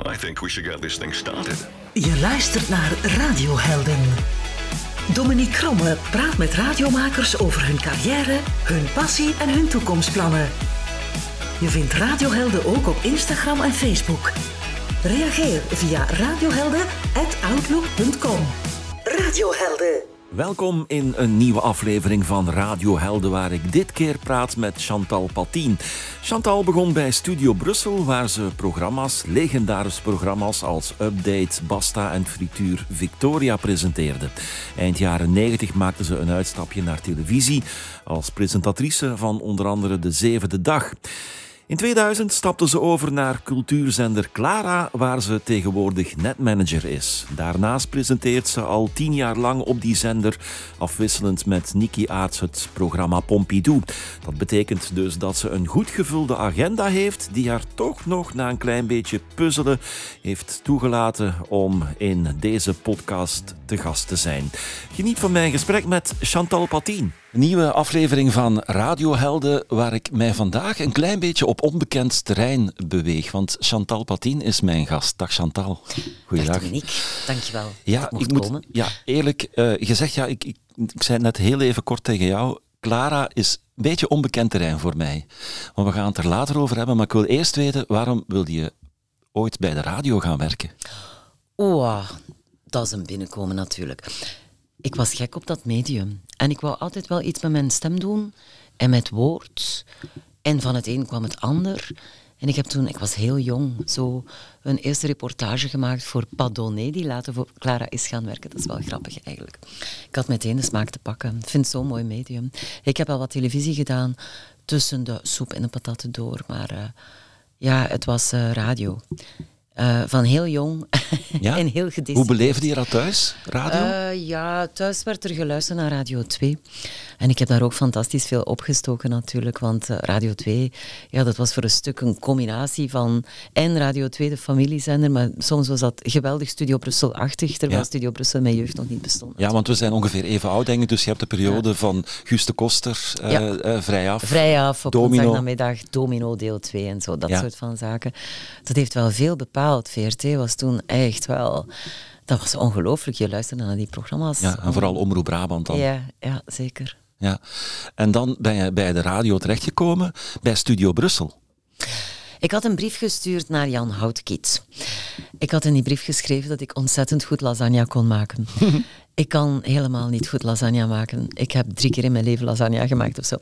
I think we should get this thing started. Je luistert naar Radiohelden. Dominique Kromme praat met radiomakers over hun carrière, hun passie en hun toekomstplannen. Je vindt Radiohelden ook op Instagram en Facebook. Reageer via radiohelden@outlook.com. Radiohelden. Welkom in een nieuwe aflevering van Radiohelden, waar ik dit keer praat met Chantal Pattien. Chantal begon bij Studio Brussel, waar ze legendarische programma's als Update, Basta en Frituur Victoria presenteerde. Eind jaren 90 maakte ze een uitstapje naar televisie als presentatrice van onder andere De Zevende Dag. In 2000 stapte ze over naar cultuurzender Clara, waar ze tegenwoordig netmanager is. Daarnaast presenteert ze al 10 jaar lang op die zender, afwisselend met Nicky Aarts, het programma Pompidou. Dat betekent dus dat ze een goed gevulde agenda heeft, die haar toch nog na een klein beetje puzzelen heeft toegelaten om in deze podcast te gast te zijn. Geniet van mijn gesprek met Chantal Pattien. Een nieuwe aflevering van Radiohelden, waar ik mij vandaag een klein beetje op onbekend terrein beweeg. Want Chantal Pattien is mijn gast. Dag Chantal. Goeiedag. Dag Dominique, dankjewel. Ja, eerlijk gezegd, ik zei het net heel even kort tegen jou. Clara is een beetje onbekend terrein voor mij. Want we gaan het er later over hebben, maar ik wil eerst weten, waarom wilde je ooit bij de radio gaan werken? Dat is een binnenkomen natuurlijk. Ik was gek op dat medium. En ik wou altijd wel iets met mijn stem doen en met woord. En van het een kwam het ander. En ik heb toen, ik was heel jong, zo een eerste reportage gemaakt voor Padonné, die later voor Clara is gaan werken. Dat is wel grappig eigenlijk. Ik had meteen de smaak te pakken. Ik vind het zo'n mooi medium. Ik heb al wat televisie gedaan tussen de soep en de patatten door. Maar het was radio. Van heel jong Ja? en heel gedecideerd. Hoe beleefde je dat thuis, radio? Thuis werd er geluisterd naar Radio 2. En ik heb daar ook fantastisch veel opgestoken natuurlijk, want Radio 2, dat was voor een stuk een combinatie van en Radio 2, de familiezender, maar soms was dat geweldig Studio Brussel-achtig, terwijl Studio Brussel met jeugd nog niet bestond. Ja, want we zijn ongeveer even oud, denk ik, dus je hebt de periode van Guus de Koster, Vrijaf. Vrijaf, op Domino. woensdagnamiddag, Domino deel 2 en zo, dat soort van zaken. Dat heeft wel veel bepaald. VRT was toen echt wel... Dat was ongelooflijk. Je luisterde naar die programma's. Ja, en vooral Omroep Brabant dan. Ja, zeker. Ja. En dan ben je bij de radio terechtgekomen, bij Studio Brussel. Ik had een brief gestuurd naar Jan Houtkiet. Ik had in die brief geschreven dat ik ontzettend goed lasagne kon maken. Ik kan helemaal niet goed lasagne maken. Ik heb 3 keer in mijn leven lasagne gemaakt of zo.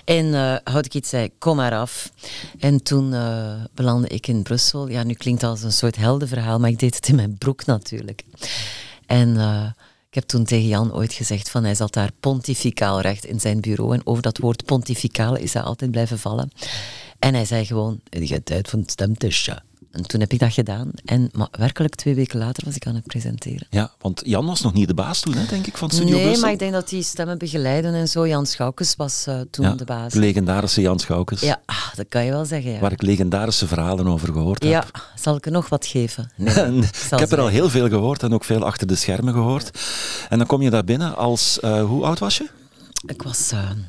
En Houtkiet zei, kom maar af. En toen belandde ik in Brussel. Ja, nu klinkt het als een soort heldenverhaal, maar ik deed het in mijn broek natuurlijk. En... ik heb toen tegen Jan ooit gezegd van hij zat daar pontificaal recht in zijn bureau. En over dat woord pontificaal is hij altijd blijven vallen. En hij zei gewoon, je hebt tijd van het stemtestje. En toen heb ik dat gedaan. Maar werkelijk 2 weken later was ik aan het presenteren. Ja, want Jan was nog niet de baas toen, hè, denk ik, van Studio Brussel. Nee, maar ik denk dat die stemmen begeleiden en zo. Jan Schoukes was toen de baas. De legendarische Jan Schoukes. Ja, dat kan je wel zeggen. Ja. Waar ik legendarische verhalen over gehoord heb. Ja, zal ik er nog wat geven? Nee, ik heb er al heel veel gehoord en ook veel achter de schermen gehoord. En dan kom je daar binnen als... hoe oud was je? Ik was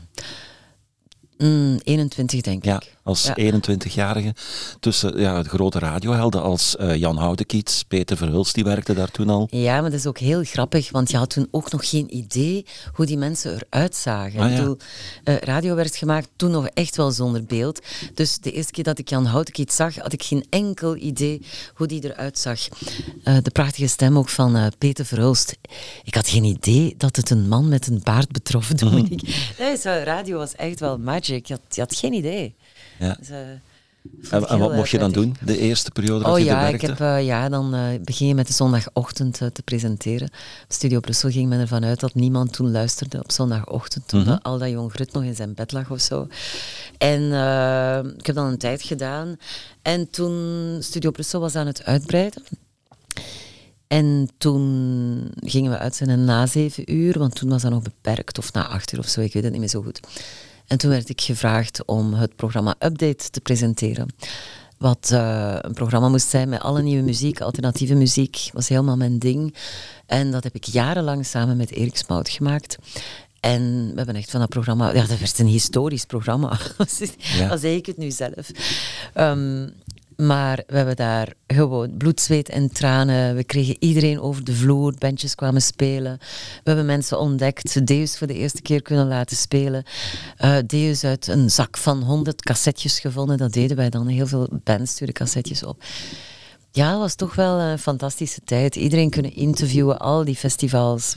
21, denk ik. Ja, als 21-jarige tussen de grote radiohelden als Jan Houtekiet, Peter Verhulst, die werkte daar toen al. Ja, maar dat is ook heel grappig, want je had toen ook nog geen idee hoe die mensen eruit zagen. Ik bedoel, radio werd gemaakt toen nog echt wel zonder beeld. Dus de eerste keer dat ik Jan Houtekiet zag, had ik geen enkel idee hoe die eruit zag. De prachtige stem ook van Peter Verhulst. Ik had geen idee dat het een man met een baard betrof, Dominique. Radio was echt wel magic. Je had geen idee. Ja. Dus, en wat mocht je dan doen, de eerste periode dat je er werkte? Dan begin je met de zondagochtend te presenteren. Studio Brussel ging men ervan uit dat niemand toen luisterde op zondagochtend, toen al dat jong Grut nog in zijn bed lag of zo. En ik heb dan een tijd gedaan. En toen Studio Brussel was aan het uitbreiden. En toen gingen we uitzenden na 7 uur, want toen was dat nog beperkt, of na 8 uur of zo, ik weet het niet meer zo goed. En toen werd ik gevraagd om het programma Update te presenteren. Wat een programma moest zijn met alle nieuwe muziek, alternatieve muziek. Was helemaal mijn ding. En dat heb ik jarenlang samen met Erik Smout gemaakt. En we hebben echt van dat programma... Ja, dat werd een historisch programma. Al zeg ik het nu zelf. Maar we hebben daar gewoon bloed, zweet en tranen. We kregen iedereen over de vloer. Bandjes kwamen spelen. We hebben mensen ontdekt. Deus voor de eerste keer kunnen laten spelen. Deus uit een zak van 100 cassettes gevonden. Dat deden wij dan. Heel veel bands stuurden cassettes op. Ja, dat was toch wel een fantastische tijd. Iedereen kunnen interviewen. Al die festivals.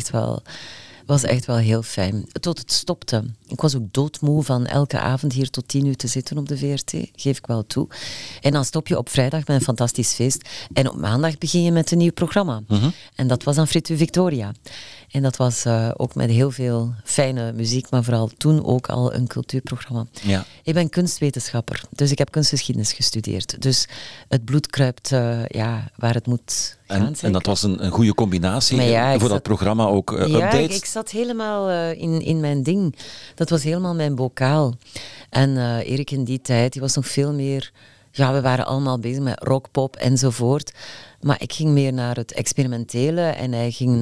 Was echt wel heel fijn. Tot het stopte. Ik was ook doodmoe van elke avond hier tot 10 uur te zitten op de VRT. Geef ik wel toe. En dan stop je op vrijdag met een fantastisch feest. En op maandag begin je met een nieuw programma. Mm-hmm. En dat was dan Fritu Victoria. En dat was ook met heel veel fijne muziek, maar vooral toen ook al een cultuurprogramma. Ja. Ik ben kunstwetenschapper, dus ik heb kunstgeschiedenis gestudeerd. Dus het bloed kruipt waar het moet gaan. En dat was een goede combinatie voor dat programma ook updates? Ja, ik zat helemaal in mijn ding. Dat was helemaal mijn bokaal. En Erik in die tijd, die was nog veel meer... Ja, we waren allemaal bezig met rock, pop enzovoort. Maar ik ging meer naar het experimentele en hij ging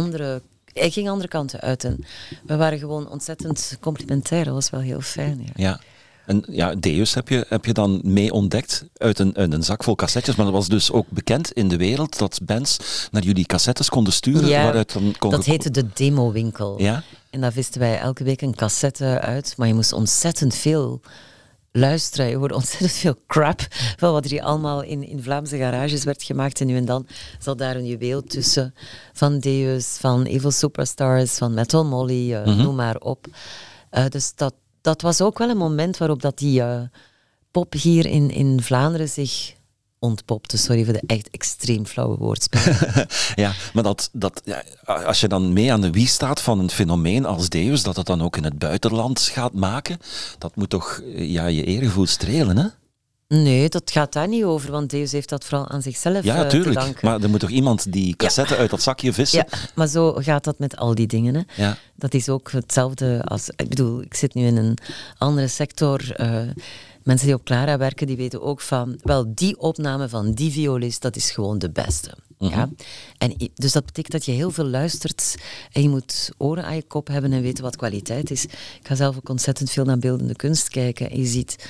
andere kanten uit. En we waren gewoon ontzettend complementair. Dat was wel heel fijn. Ja. En ja, Deus heb je dan mee ontdekt uit een zak vol cassettes. Maar dat was dus ook bekend in de wereld dat bands naar jullie cassettes konden sturen. Ja, waaruit dan dat heette de demowinkel. Ja? En daar wisten wij elke week een cassette uit. Maar je moest ontzettend veel luisteren. Je hoorde ontzettend veel crap van wat er hier allemaal in Vlaamse garages werd gemaakt. En nu en dan zat daar een juweel tussen van Deus, van Evil Superstars, van Metal Molly, noem maar op. Dus dat was ook wel een moment waarop dat die pop hier in Vlaanderen zich ontpopte. Sorry voor de echt extreem flauwe woordspeling. Ja, maar als je dan mee aan de wieg staat van een fenomeen als Deus, dat het dan ook in het buitenland gaat maken, dat moet toch je eergevoel strelen, hè? Nee, dat gaat daar niet over, want Deus heeft dat vooral aan zichzelf te danken. Maar er moet toch iemand die cassette uit dat zakje vissen? Ja, maar zo gaat dat met al die dingen. Hè. Ja. Dat is ook hetzelfde als... Ik bedoel, ik zit nu in een andere sector. Mensen die op Clara werken, die weten ook van... Wel, die opname van die violist, dat is gewoon de beste. Mm-hmm. Ja? En dus dat betekent dat je heel veel luistert en je moet oren aan je kop hebben en weten wat kwaliteit is. Ik ga zelf ook ontzettend veel naar beeldende kunst kijken en je ziet...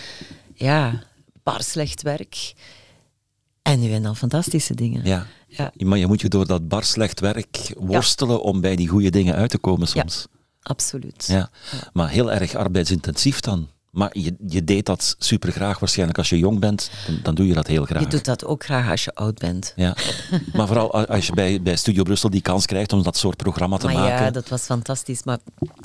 bar slecht werk. En nu en dan fantastische dingen. Ja. Maar je moet je door dat bar slecht werk worstelen om bij die goede dingen uit te komen soms. Ja, absoluut. Ja. Maar heel erg arbeidsintensief dan. Maar je deed dat supergraag waarschijnlijk als je jong bent, dan doe je dat heel graag. Je doet dat ook graag als je oud bent. Ja. Maar vooral als je bij Studio Brussel die kans krijgt om dat soort programma te maken. Ja, dat was fantastisch. Maar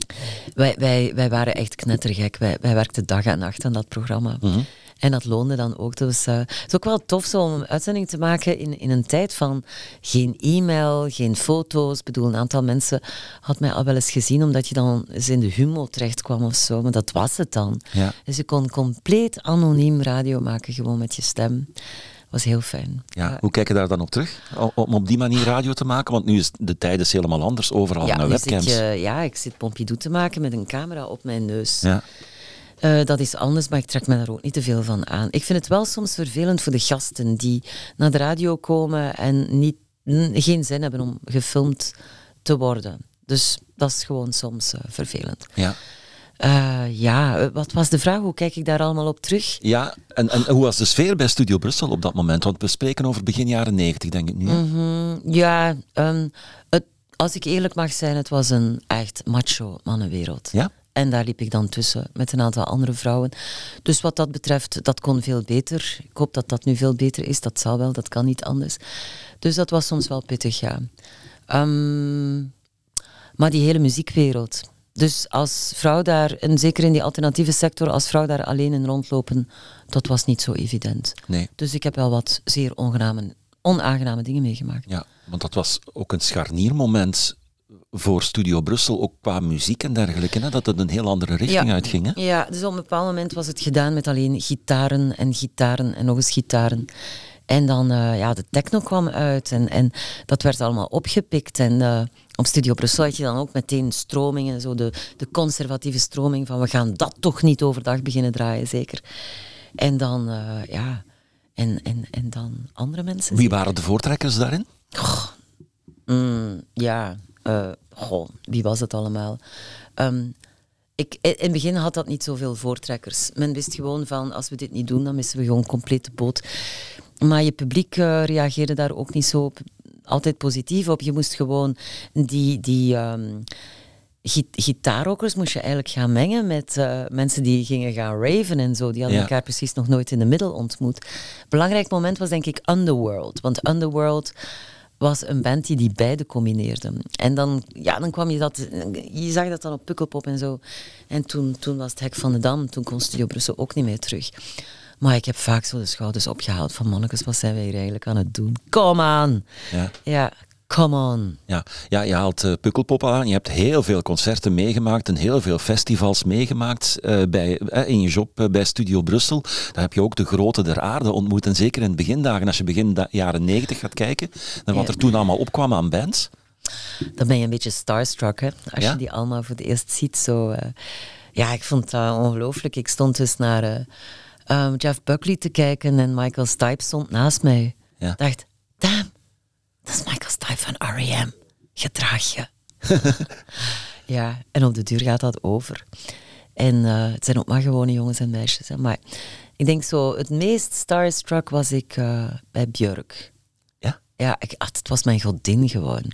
wij waren echt knettergek. Wij werkten dag en nacht aan dat programma. Mm-hmm. En dat loonde dan ook. Dus het is ook wel tof zo om een uitzending te maken in een tijd van geen e-mail, geen foto's. Ik bedoel, een aantal mensen had mij al wel eens gezien omdat je dan eens in de Humo terecht kwam of zo. Maar dat was het dan. Ja. Dus je kon compleet anoniem radio maken, gewoon met je stem. Was heel fijn. Ja, hoe kijk je daar dan op terug? Om op die manier radio te maken? Want nu is de tijd is helemaal anders. Overal naar webcams. Ik zit Pompidou te maken met een camera op mijn neus. Ja. Dat is anders, maar ik trek me daar ook niet te veel van aan. Ik vind het wel soms vervelend voor de gasten die naar de radio komen en geen zin hebben om gefilmd te worden. Dus dat is gewoon soms vervelend. Ja. Wat was de vraag? Hoe kijk ik daar allemaal op terug? Ja, en hoe was de sfeer bij Studio Brussel op dat moment? Want we spreken over begin jaren 90, denk ik nu. Mm-hmm. Ja, als ik eerlijk mag zijn, het was een echt macho mannenwereld. Ja? En daar liep ik dan tussen met een aantal andere vrouwen. Dus wat dat betreft, dat kon veel beter. Ik hoop dat dat nu veel beter is. Dat zal wel, dat kan niet anders. Dus dat was soms wel pittig, ja. Maar die hele muziekwereld. Dus als vrouw daar, en zeker in die alternatieve sector, als vrouw daar alleen in rondlopen, dat was niet zo evident. Nee. Dus ik heb wel wat zeer onaangename dingen meegemaakt. Ja, want dat was ook een scharniermoment voor Studio Brussel, ook qua muziek en dergelijke, hè? Dat het een heel andere richting uitging. Hè? Ja, dus op een bepaald moment was het gedaan met alleen gitaren en nog eens gitaren. En dan, de techno kwam uit en dat werd allemaal opgepikt. En op Studio Brussel had je dan ook meteen stromingen, zo de conservatieve stroming van we gaan dat toch niet overdag beginnen draaien, zeker. En dan, en dan andere mensen. Wie waren de voortrekkers daarin? Wie was het allemaal? in het begin had dat niet zoveel voortrekkers. Men wist gewoon van, als we dit niet doen, dan missen we gewoon compleet de boot. Maar je publiek reageerde daar ook niet zo altijd positief op. Je moest gewoon die gitaarrockers moest je eigenlijk gaan mengen met mensen die gingen gaan raven en zo. Die hadden elkaar precies nog nooit in de middel ontmoet. Belangrijk moment was denk ik Underworld. Want Underworld was een band die beide combineerde. En dan kwam je zag dat dan op Pukkelpop en zo. En toen was het hek van de dam. Toen kon Studio Brussel ook niet meer terug. Maar ik heb vaak zo de schouders opgehaald van mannetjes, wat zijn wij hier eigenlijk aan het doen? Come on! Ja, come on. Ja, je haalt Pukkelpop aan. Je hebt heel veel concerten meegemaakt en heel veel festivals meegemaakt in je job bij Studio Brussel. Daar heb je ook de grote der aarde ontmoet. En zeker in het begindagen, als je begin jaren 90 gaat kijken, naar wat er toen allemaal opkwam aan bands. Dan ben je een beetje starstruck, hè? Als je die allemaal voor het eerst ziet. Zo, ik vond dat ongelooflijk. Ik stond dus naar Jeff Buckley te kijken en Michael Stipe stond naast mij. Ik dacht, damn, dat is Michael Stipe van R.E.M. Gedraag je. Ja, en op de duur gaat dat over. En het zijn ook maar gewone jongens en meisjes. Hè. Maar ik denk zo, het meest starstruck was ik bij Björk. Ja? Ja, het was mijn godin gewoon.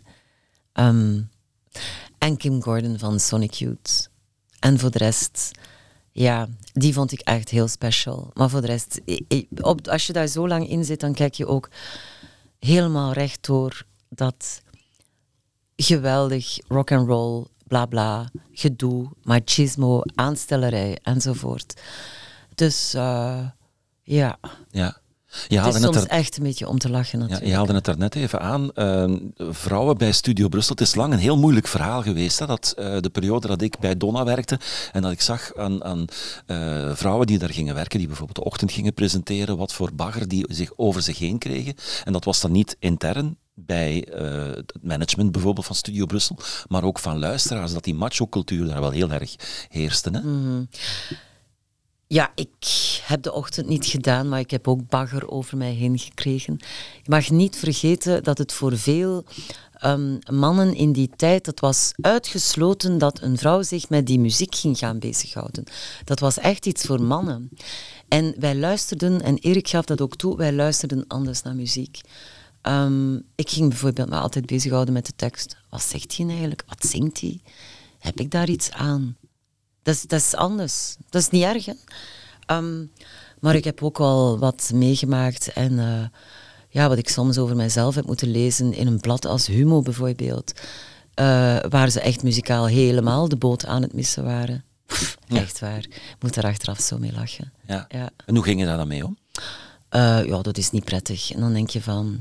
En Kim Gordon van Sonic Youth. En voor de rest, ja, die vond ik echt heel special. Maar voor de rest, als je daar zo lang in zit, dan kijk je ook helemaal recht door dat geweldig rock'n'roll, bla bla, gedoe, machismo, aanstellerij enzovoort. Dus ja. Het is soms echt een beetje om te lachen natuurlijk. Je haalde het daar net even aan. Vrouwen bij Studio Brussel. Het is lang een heel moeilijk verhaal geweest. Hè? Dat, de periode dat ik bij Donna werkte en dat ik zag aan vrouwen die daar gingen werken, die bijvoorbeeld de ochtend gingen presenteren, wat voor bagger die over zich heen kregen. En dat was dan niet intern bij het management bijvoorbeeld van Studio Brussel, maar ook van luisteraars, dat die macho-cultuur daar wel heel erg heerste. Hè? Mm-hmm. Ja, ik heb de ochtend niet gedaan, maar ik heb ook bagger over mij heen gekregen. Je mag niet vergeten dat het voor veel mannen in die tijd, het was uitgesloten dat een vrouw zich met die muziek ging gaan bezighouden. Dat was echt iets voor mannen. En wij luisterden, en Erik gaf dat ook toe, wij luisterden anders naar muziek. Ik ging bijvoorbeeld me altijd bezighouden met de tekst. Wat zegt hij eigenlijk? Wat zingt hij? Heb ik daar iets aan? Dat is anders. Dat is niet erg, hè? Maar ik heb ook wel wat meegemaakt. En wat ik soms over mijzelf heb moeten lezen in een blad als Humo bijvoorbeeld. Waar ze echt muzikaal helemaal de boot aan het missen waren. Echt waar. Ik moet er achteraf zo mee lachen. Ja. En hoe ging je daar dan mee om? Dat is niet prettig. En dan denk je van...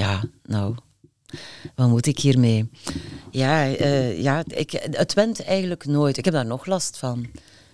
wat moet ik hiermee? Het went eigenlijk nooit. Ik heb daar nog last van.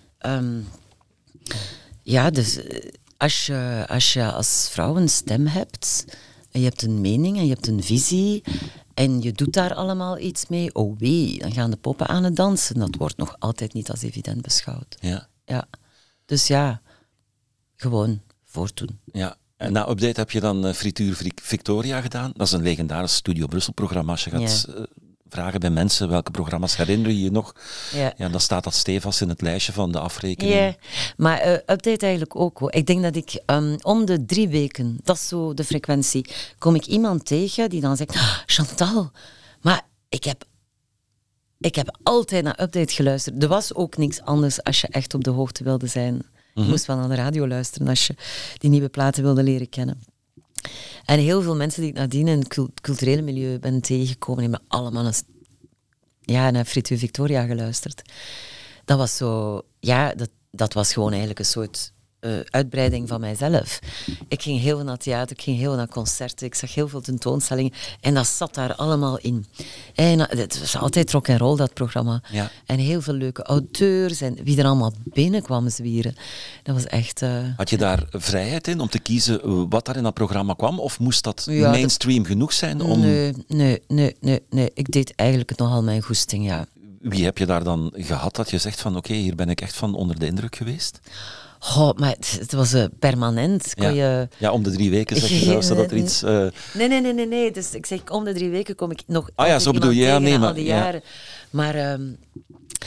Dus als je als vrouw een stem hebt, en je hebt een mening en je hebt een visie, en je doet daar allemaal iets mee, oh wee, dan gaan de poppen aan het dansen. Dat wordt nog altijd niet als evident beschouwd. Ja. Dus gewoon voortdoen. Ja. En na Update heb je dan Frituur Victoria gedaan. Dat is een legendarisch Studio Brussel-programma. Als je gaat vragen bij mensen welke programma's herinner je nog, dan staat dat stevast in het lijstje van de afrekening. Ja, maar Update eigenlijk ook. Hoor. Ik denk dat ik om de 3 weken, dat is zo de frequentie, kom ik iemand tegen die dan zegt, Chantal, maar ik heb altijd naar Update geluisterd. Er was ook niks anders als je echt op de hoogte wilde zijn. Je moest wel naar de radio luisteren als je die nieuwe platen wilde leren kennen. En heel veel mensen die ik nadien in het culturele milieu ben tegengekomen, hebben allemaal naar Frituur Victoria geluisterd. Dat was zo... Ja, dat was gewoon eigenlijk een soort uitbreiding van mijzelf. Ik ging heel veel naar theater, ik ging heel veel naar concerten, ik zag heel veel tentoonstellingen en dat zat daar allemaal in. En het was altijd rock en roll, dat programma. Ja. En heel veel leuke auteurs en wie er allemaal binnenkwam zwieren. Dat was echt... Had je daar vrijheid in om te kiezen wat daar in dat programma kwam? Of moest dat mainstream genoeg zijn? Om... Nee. Ik deed eigenlijk nogal mijn goesting, ja. Wie heb je daar dan gehad dat je zegt van oké, hier ben ik echt van onder de indruk geweest? Maar het was permanent. Ja, om de 3 weken zeg je zelfs dat er iets... Nee. Dus ik zeg, om de 3 weken kom ik nog zo bedoel je. al die jaren. Maar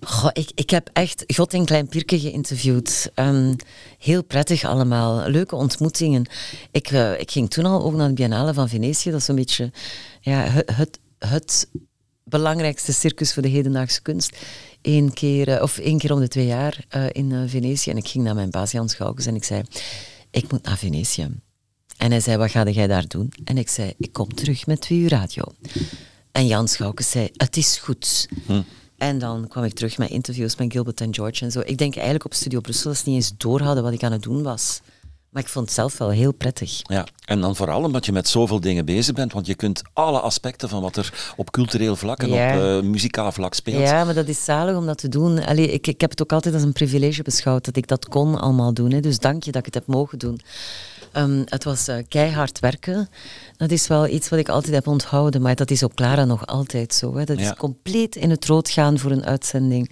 Goh, ik heb echt God en Klein Pierke geïnterviewd. Heel prettig allemaal. Leuke ontmoetingen. Ik ging toen al ook naar de Biennale van Venetië. Dat is een beetje het belangrijkste circus voor de hedendaagse kunst. Eén keer om de 2 jaar in Venetië. En ik ging naar mijn baas Jan Schoukens en ik zei, ik moet naar Venetië. En hij zei, wat ga jij daar doen? En ik zei, ik kom terug met 2 uur radio. En Jan Schoukens zei, het is goed. En dan kwam ik terug met interviews met Gilbert en George en zo. Ik denk eigenlijk op Studio Brussel dat ze niet eens doorhadden wat ik aan het doen was. Maar ik vond het zelf wel heel prettig. Ja, en dan vooral omdat je met zoveel dingen bezig bent, want je kunt alle aspecten van wat er op cultureel vlak en op muzikaal vlak speelt. Ja, maar dat is zalig om dat te doen. Allee, ik heb het ook altijd als een privilege beschouwd dat ik dat kon allemaal doen. Hè. Dus dank je dat ik het heb mogen doen. Het was keihard werken. Dat is wel iets wat ik altijd heb onthouden, maar dat is op Clara nog altijd zo. Hè. Dat is compleet in het rood gaan voor een uitzending.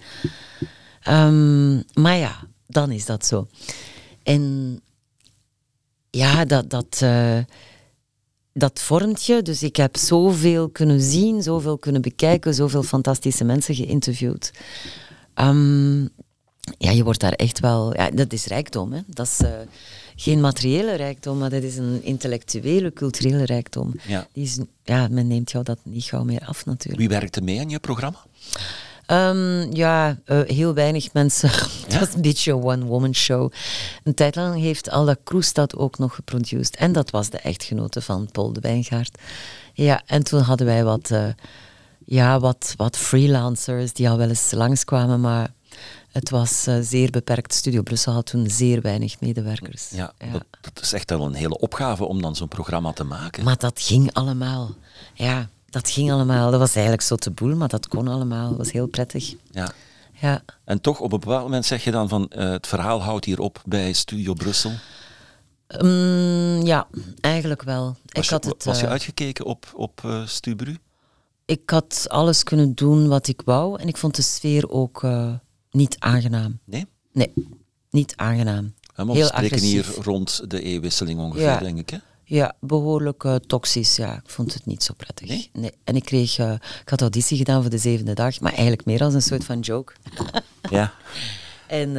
Maar ja, dan is dat zo. En ja, dat vormt je. Dus ik heb zoveel kunnen zien, zoveel kunnen bekijken, zoveel fantastische mensen geïnterviewd. Ja, je wordt daar echt wel... Ja, dat is rijkdom, hè. Dat is geen materiële rijkdom, maar dat is een intellectuele, culturele rijkdom. Ja. Men neemt jou dat niet gauw meer af, natuurlijk. Wie werkte mee aan je programma? Heel weinig mensen. Het was een beetje een one-woman show. Een tijd lang heeft Alda Kroes dat ook nog geproduceerd. En dat was de echtgenote van Paul de Wijngaard. Ja, en toen hadden wij wat freelancers die al wel eens langskwamen, maar het was zeer beperkt. Studio Brussel had toen zeer weinig medewerkers. Ja. Dat is echt wel een hele opgave om dan zo'n programma te maken. Maar dat ging allemaal. Ja, dat ging allemaal. Dat was eigenlijk zo te boel, maar dat kon allemaal. Dat was heel prettig. Ja. En toch, op een bepaald moment zeg je dan van het verhaal houdt hier op bij Studio Brussel? Ja, eigenlijk wel. Was je uitgekeken op Stubru? Ik had alles kunnen doen wat ik wou en ik vond de sfeer ook niet aangenaam. Nee? Nee, niet aangenaam. We spreken hier rond de eeuwwisseling ongeveer, denk ik, hè? Ja, behoorlijk toxisch. Ja, ik vond het niet zo prettig. Nee. En ik had auditie gedaan voor de 7e dag, maar eigenlijk meer als een soort van joke. Ja. En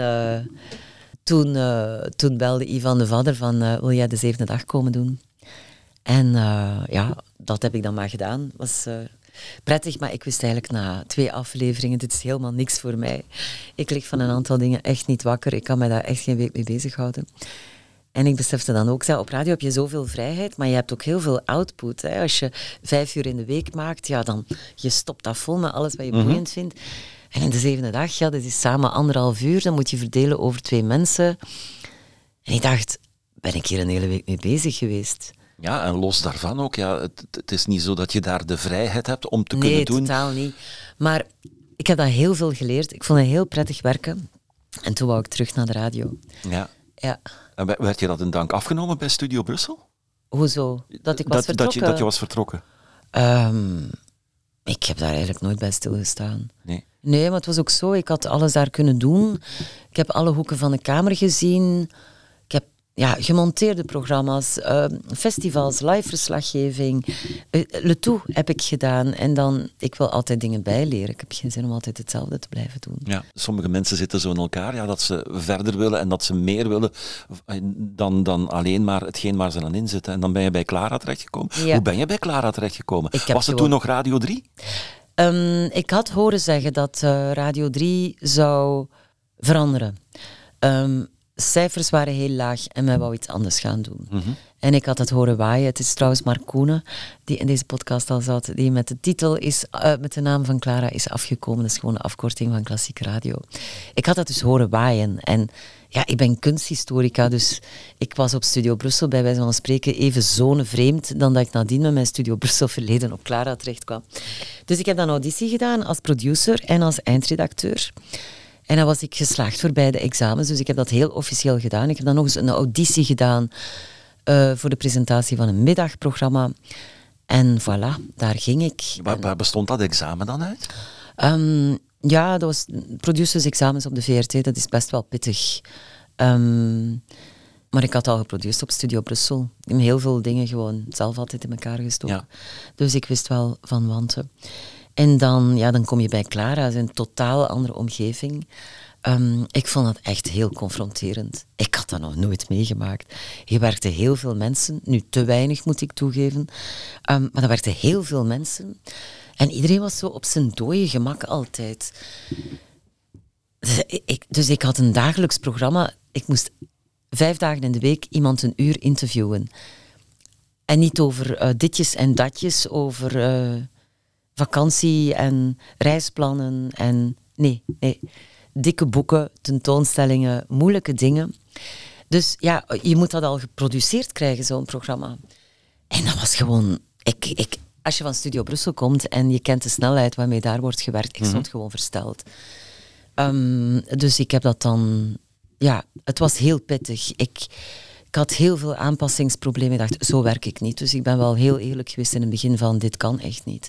toen belde Ivan de Vadder van, wil jij de 7e dag komen doen? En dat heb ik dan maar gedaan. Was prettig, maar ik wist eigenlijk na 2 afleveringen, dit is helemaal niks voor mij. Ik lig van een aantal dingen echt niet wakker. Ik kan mij daar echt geen week mee bezighouden. En ik besefte dan ook, op radio heb je zoveel vrijheid, maar je hebt ook heel veel output. Hè. Als je 5 uur in de week maakt, dan je stopt dat vol met alles wat je boeiend vindt. En in de 7e dag, dat is samen 1,5 uur, dan moet je verdelen over 2 mensen. En ik dacht, ben ik hier een hele week mee bezig geweest? Ja, en los daarvan ook, het is niet zo dat je daar de vrijheid hebt om te kunnen doen. Nee, totaal niet. Maar ik heb daar heel veel geleerd. Ik vond het heel prettig werken. En toen wou ik terug naar de radio. Ja. Ja. En werd je dat in dank afgenomen bij Studio Brussel? Hoezo? Dat ik was vertrokken? Dat je was vertrokken? Ik heb daar eigenlijk nooit bij stilgestaan. Nee, maar het was ook zo. Ik had alles daar kunnen doen. Ik heb alle hoeken van de kamer gezien. Ik heb gemonteerde programma's, festivals, live verslaggeving. Le tout heb ik gedaan. En dan, ik wil altijd dingen bijleren. Ik heb geen zin om altijd hetzelfde te blijven doen. Ja, sommige mensen zitten zo in elkaar, dat ze verder willen en dat ze meer willen dan alleen maar hetgeen waar ze dan in zitten. En dan ben je bij Clara terechtgekomen. Ja. Hoe ben je bij Clara terechtgekomen? Was het toen nog Radio 3? Ik had horen zeggen dat Radio 3 zou veranderen. Cijfers waren heel laag en men wou iets anders gaan doen. Mm-hmm. En ik had het horen waaien. Het is trouwens Mark Koenen, die in deze podcast al zat, die met de titel met de naam van Clara is afgekomen. Dat is gewoon een afkorting van klassieke radio. Ik had dat dus horen waaien. En ik ben kunsthistorica, dus ik was op Studio Brussel bij wijze van spreken even zonevreemd dan dat ik nadien met mijn Studio Brussel verleden op Clara terecht kwam. Dus ik heb dan auditie gedaan als producer en als eindredacteur. En dan was ik geslaagd voor beide examens, dus ik heb dat heel officieel gedaan. Ik heb dan nog eens een auditie gedaan voor de presentatie van een middagprogramma. En voilà, daar ging ik. Waar bestond dat examen dan uit? Dat was producersexamens op de VRT, dat is best wel pittig. Maar ik had al geproduceerd op Studio Brussel. Ik heb heel veel dingen gewoon zelf altijd in elkaar gestoken. Ja. Dus ik wist wel van wanten. En dan kom je bij Clara, dat is een totaal andere omgeving. Ik vond dat echt heel confronterend. Ik had dat nog nooit meegemaakt. Hier werkten heel veel mensen, nu te weinig moet ik toegeven, maar er werkten heel veel mensen. En iedereen was zo op zijn dode gemak altijd. Dus ik had een dagelijks programma. Ik moest 5 dagen in de week iemand een uur interviewen. En niet over ditjes en datjes, over vakantie en reisplannen. En nee. Dikke boeken, tentoonstellingen, moeilijke dingen. Dus ja, je moet dat al geproduceerd krijgen, zo'n programma. En dat was gewoon... Als je van Studio Brussel komt en je kent de snelheid waarmee daar wordt gewerkt, ik stond gewoon versteld. Dus ik heb dat dan... Ja, het was heel pittig. Ik had heel veel aanpassingsproblemen. Ik dacht, zo werk ik niet. Dus ik ben wel heel eerlijk geweest in het begin van, dit kan echt niet.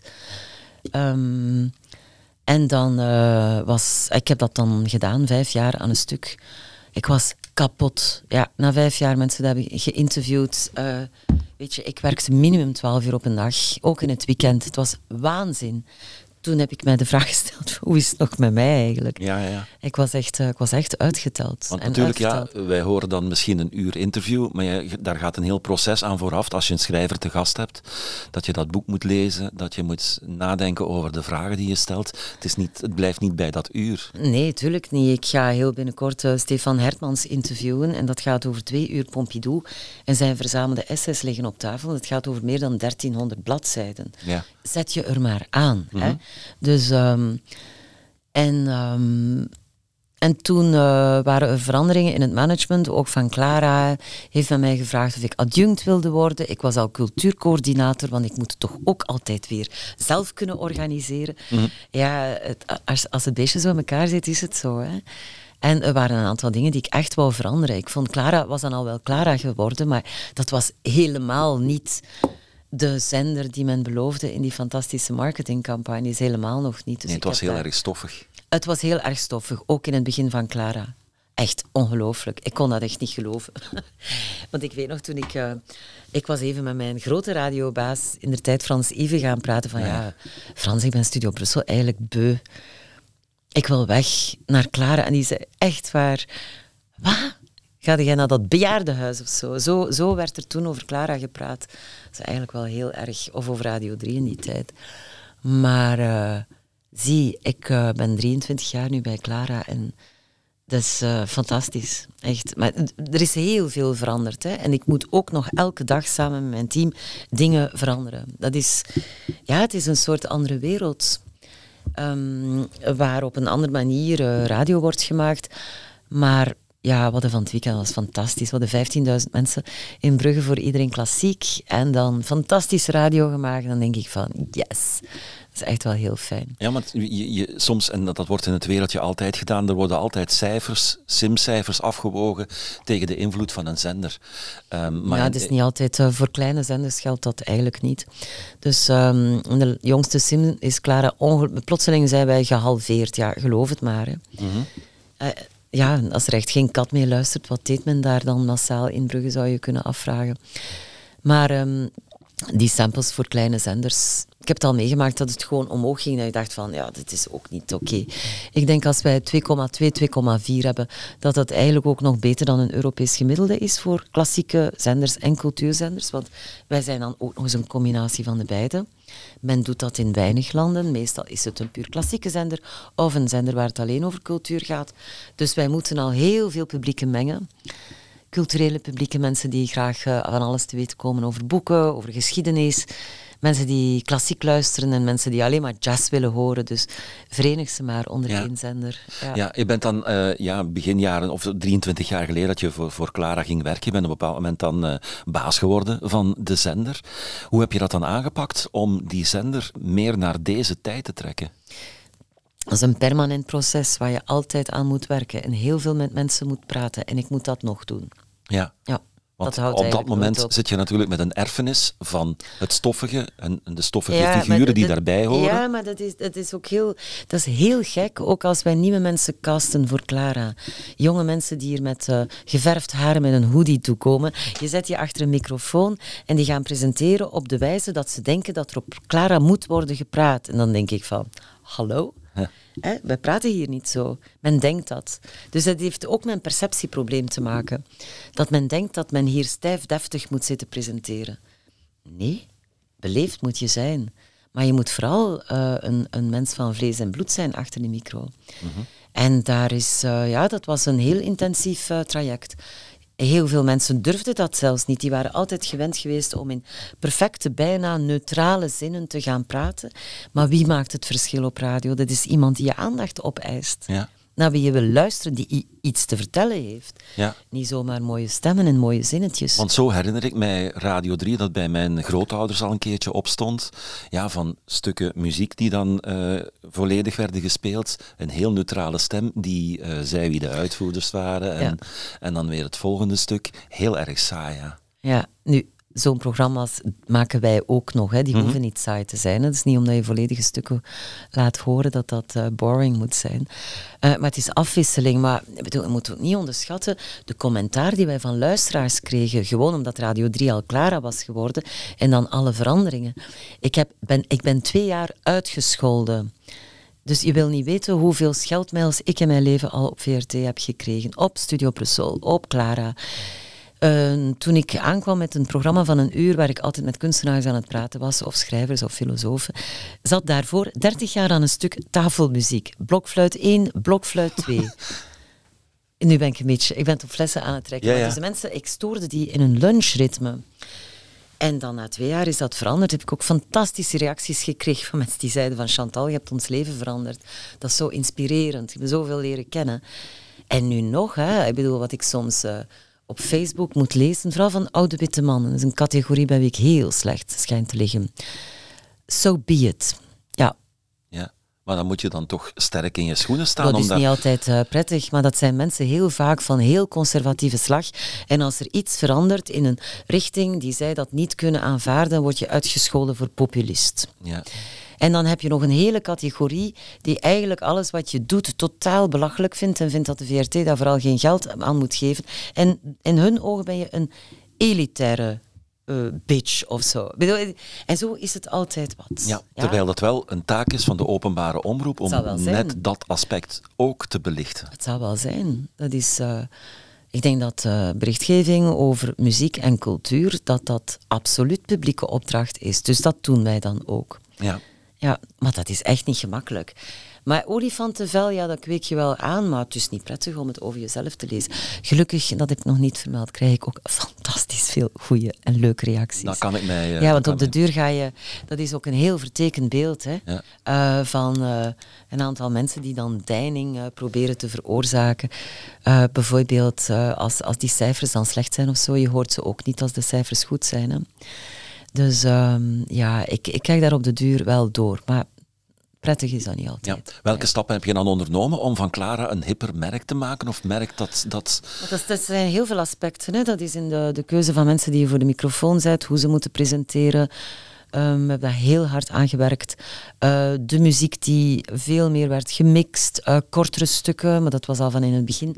En dan ik heb dat dan gedaan, 5 jaar aan een stuk. Ik was kapot. Ja, na 5 jaar mensen dat hebben geïnterviewd. Weet je, ik werkte minimum 12 uur op een dag, ook in het weekend. Het was waanzin. Toen heb ik mij de vraag gesteld, hoe is het nog met mij eigenlijk? Ja. Ik was echt uitgeteld. Want natuurlijk, wij horen dan misschien een uur interview, maar daar gaat een heel proces aan vooraf. Als je een schrijver te gast hebt, dat je dat boek moet lezen, dat je moet nadenken over de vragen die je stelt. Het blijft niet bij dat uur. Nee, tuurlijk niet. Ik ga heel binnenkort Stefan Hertmans interviewen en dat gaat over 2 uur Pompidou. En zijn verzamelde essays liggen op tafel. Het gaat over meer dan 1300 bladzijden. Ja. Zet je er maar aan. Mm-hmm. Hè? Dus, en toen waren er veranderingen in het management, ook van Clara heeft men mij gevraagd of ik adjunct wilde worden. Ik was al cultuurcoördinator, want ik moet het toch ook altijd weer zelf kunnen organiseren. Mm-hmm. Ja, als het beestje zo in elkaar zit, is het zo. Hè. En er waren een aantal dingen die ik echt wou veranderen. Ik vond Clara was dan al wel Clara geworden, maar dat was helemaal niet... De zender die men beloofde in die fantastische marketingcampagne is helemaal nog niet. Dus nee, het was heel erg stoffig. Het was heel erg stoffig, ook in het begin van Clara. Echt ongelooflijk. Ik kon dat echt niet geloven. Want ik weet nog, toen ik was even met mijn grote radiobaas, in de tijd Frans Yves, gaan praten van ja, Frans, ik ben Studio Brussel eigenlijk beu. Ik wil weg naar Clara. En die zei, echt waar, wat? Ga jij naar dat bejaardenhuis of zo? Zo werd er toen over Clara gepraat. Dat is eigenlijk wel heel erg... Of over Radio 3 in die tijd. Maar ik ben 23 jaar nu bij Clara en dat is fantastisch. Echt. Maar er is heel veel veranderd. Hè? En ik moet ook nog elke dag samen met mijn team dingen veranderen. Dat is... Ja, het is een soort andere wereld. Waar op een andere manier radio wordt gemaakt. Maar... Ja, we hadden van het weekend, dat was fantastisch. We hadden 15.000 mensen in Brugge voor iedereen klassiek. En dan fantastische radio gemaakt. Dan denk ik van, yes. Dat is echt wel heel fijn. Ja, maar soms, en dat wordt in het wereldje altijd gedaan, er worden altijd simcijfers afgewogen tegen de invloed van een zender. Maar ja, het is niet altijd. Voor kleine zenders geldt dat eigenlijk niet. Dus de jongste sim is Clara plotseling zijn wij gehalveerd. Ja, geloof het maar. Hè. Mm-hmm. Ja, als er echt geen kat meer luistert, wat deed men daar dan massaal in Brugge, zou je kunnen afvragen. Maar die samples voor kleine zenders... Ik heb het al meegemaakt dat het gewoon omhoog ging. Dat ik dacht van, ja, dit is ook niet oké. Ik denk als wij 2,2, 2,4 hebben, dat dat eigenlijk ook nog beter dan een Europees gemiddelde is voor klassieke zenders en cultuurzenders. Want wij zijn dan ook nog eens een combinatie van de beide. Men doet dat in weinig landen. Meestal is het een puur klassieke zender of een zender waar het alleen over cultuur gaat. Dus wij moeten al heel veel publieken mengen. Culturele publieke mensen die graag van alles te weten komen over boeken, over geschiedenis. Mensen die klassiek luisteren en mensen die alleen maar jazz willen horen. Dus verenig ze maar onder één zender. Ja, je bent dan begin jaren, of 23 jaar geleden dat je voor Clara ging werken. Je bent op een bepaald moment dan baas geworden van de zender. Hoe heb je dat dan aangepakt om die zender meer naar deze tijd te trekken? Dat is een permanent proces waar je altijd aan moet werken en heel veel met mensen moet praten. En ik moet dat nog doen. Ja. Want houdt op dat eigenlijk moment nooit op. zit je natuurlijk met een erfenis van het stoffige en de stoffige figuren die daarbij horen. Ja, maar dat is ook dat is heel gek, ook als wij nieuwe mensen casten voor Clara. Jonge mensen die hier met geverfd haar met een hoodie toekomen. Je zet je achter een microfoon en die gaan presenteren op de wijze dat ze denken dat er op Clara moet worden gepraat. En dan denk ik van, hallo? Ja. Wij praten hier niet zo. Men denkt dat. Dus dat heeft ook met een perceptieprobleem te maken. Dat men denkt dat men hier stijf deftig moet zitten presenteren. Nee, beleefd moet je zijn. Maar je moet vooral een mens van vlees en bloed zijn achter de micro. Mm-hmm. En daar is, dat was een heel intensief traject. Heel veel mensen durfden dat zelfs niet. Die waren altijd gewend geweest om in perfecte, bijna neutrale zinnen te gaan praten. Maar wie maakt het verschil op radio? Dat is iemand die je aandacht opeist. Ja. Naar wie je wil luisteren, die iets te vertellen heeft. Ja. Niet zomaar mooie stemmen en mooie zinnetjes. Want zo herinner ik mij Radio 3, dat bij mijn grootouders al een keertje opstond. Ja, van stukken muziek die dan volledig werden gespeeld. Een heel neutrale stem die zei wie de uitvoerders waren. En dan weer het volgende stuk. Heel erg saai, ja. Ja, nu, zo'n programma's maken wij ook nog. Hè. Die hoeven niet saai te zijn. Het is niet omdat je volledige stukken laat horen dat boring moet zijn. Maar het is afwisseling. Maar je moet het niet onderschatten. De commentaar die wij van luisteraars kregen, gewoon omdat Radio 3 al Clara was geworden, en dan alle veranderingen. Ik ben 2 jaar uitgescholden. Dus je wil niet weten hoeveel scheldmails ik in mijn leven al op VRT heb gekregen. Op Studio Brussel, op Clara. Toen ik aankwam met een programma van 1 uur waar ik altijd met kunstenaars aan het praten was, of schrijvers of filosofen, zat daarvoor 30 jaar aan een stuk tafelmuziek. Blokfluit 1, blokfluit 2. Nu ben ik een beetje... Ik ben op flessen aan het trekken. Ja, ja. Maar dus de mensen, ik stoorde die in een lunchritme. En dan na 2 jaar is dat veranderd. Heb ik ook fantastische reacties gekregen van mensen die zeiden van Chantal, je hebt ons leven veranderd. Dat is zo inspirerend. Ik heb zoveel leren kennen. En nu nog, hè, ik bedoel, wat ik soms... op Facebook moet lezen, vooral van oude witte mannen. Dat is een categorie bij wie ik heel slecht schijnt te liggen. So be it. Ja. Ja, maar dan moet je dan toch sterk in je schoenen staan. Dat is niet altijd prettig, maar dat zijn mensen heel vaak van heel conservatieve slag. En als er iets verandert in een richting die zij dat niet kunnen aanvaarden, word je uitgescholden voor populist. Ja. En dan heb je nog een hele categorie die eigenlijk alles wat je doet totaal belachelijk vindt en vindt dat de VRT daar vooral geen geld aan moet geven. En in hun ogen ben je een elitaire bitch of zo. En zo is het altijd wat. Ja, terwijl dat wel een taak is van de openbare omroep om net dat aspect ook te belichten. Het zou wel zijn. Dat is... Ik denk dat berichtgeving over muziek en cultuur, dat absoluut publieke opdracht is. Dus dat doen wij dan ook. Ja. Ja, maar dat is echt niet gemakkelijk. Maar olifantenvel, ja, dat kweek je wel aan, maar het is niet prettig om het over jezelf te lezen. Gelukkig, dat heb ik nog niet vermeld, krijg ik ook fantastisch veel goede en leuke reacties. Dat kan ik mij... ja, want op de duur ga je... Dat is ook een heel vertekend beeld, hè, van een aantal mensen die dan deining proberen te veroorzaken. Bijvoorbeeld, als die cijfers dan slecht zijn of zo, je hoort ze ook niet als de cijfers goed zijn, hè. Dus ik krijg daar op de duur wel door. Maar prettig is dat niet altijd. Ja. Welke stappen heb je dan ondernomen om van Clara een hipper merk te maken? Of merk dat... Dat zijn heel veel aspecten. Hè. Dat is in de keuze van mensen die je voor de microfoon zet, hoe ze moeten presenteren. We hebben daar heel hard aan gewerkt. De muziek die veel meer werd gemixt, kortere stukken, maar dat was al van in het begin.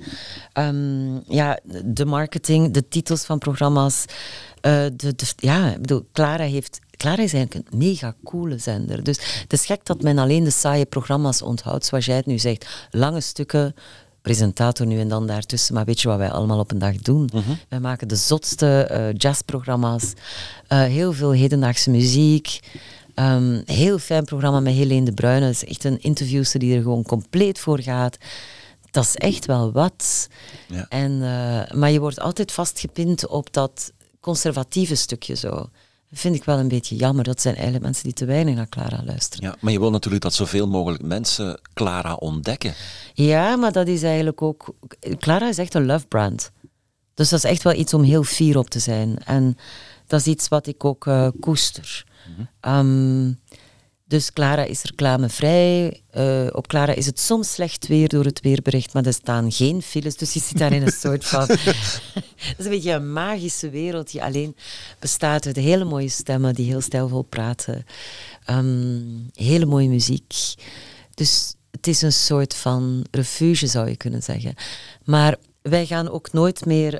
De marketing, de titels van programma's. Ik bedoel, Clara is eigenlijk een mega coole zender. Dus het is gek dat men alleen de saaie programma's onthoudt, zoals jij het nu zegt. Lange stukken, presentator nu en dan daartussen. Maar weet je wat wij allemaal op een dag doen? Mm-hmm. Wij maken de zotste jazzprogramma's, heel veel hedendaagse muziek, heel fijn programma met Helene de Bruyne. Dat is echt een interviewster die er gewoon compleet voor gaat. Dat is echt wel wat. Ja. Maar je wordt altijd vastgepind op dat conservatieve stukje zo. Dat vind ik wel een beetje jammer. Dat zijn eigenlijk mensen die te weinig naar Clara luisteren. Ja, maar je wil natuurlijk dat zoveel mogelijk mensen Clara ontdekken. Ja, maar dat is eigenlijk ook... Clara is echt een love brand. Dus dat is echt wel iets om heel fier op te zijn. En dat is iets wat ik ook koester. Mm-hmm. Dus Clara is reclamevrij. Op Clara is het soms slecht weer door het weerbericht, maar er staan geen files. Dus je zit daar in een soort van... Dat is een beetje een magische wereld die alleen bestaat uit hele mooie stemmen die heel stijlvol praten. Hele mooie muziek. Dus het is een soort van refuge, zou je kunnen zeggen. Maar wij gaan ook nooit meer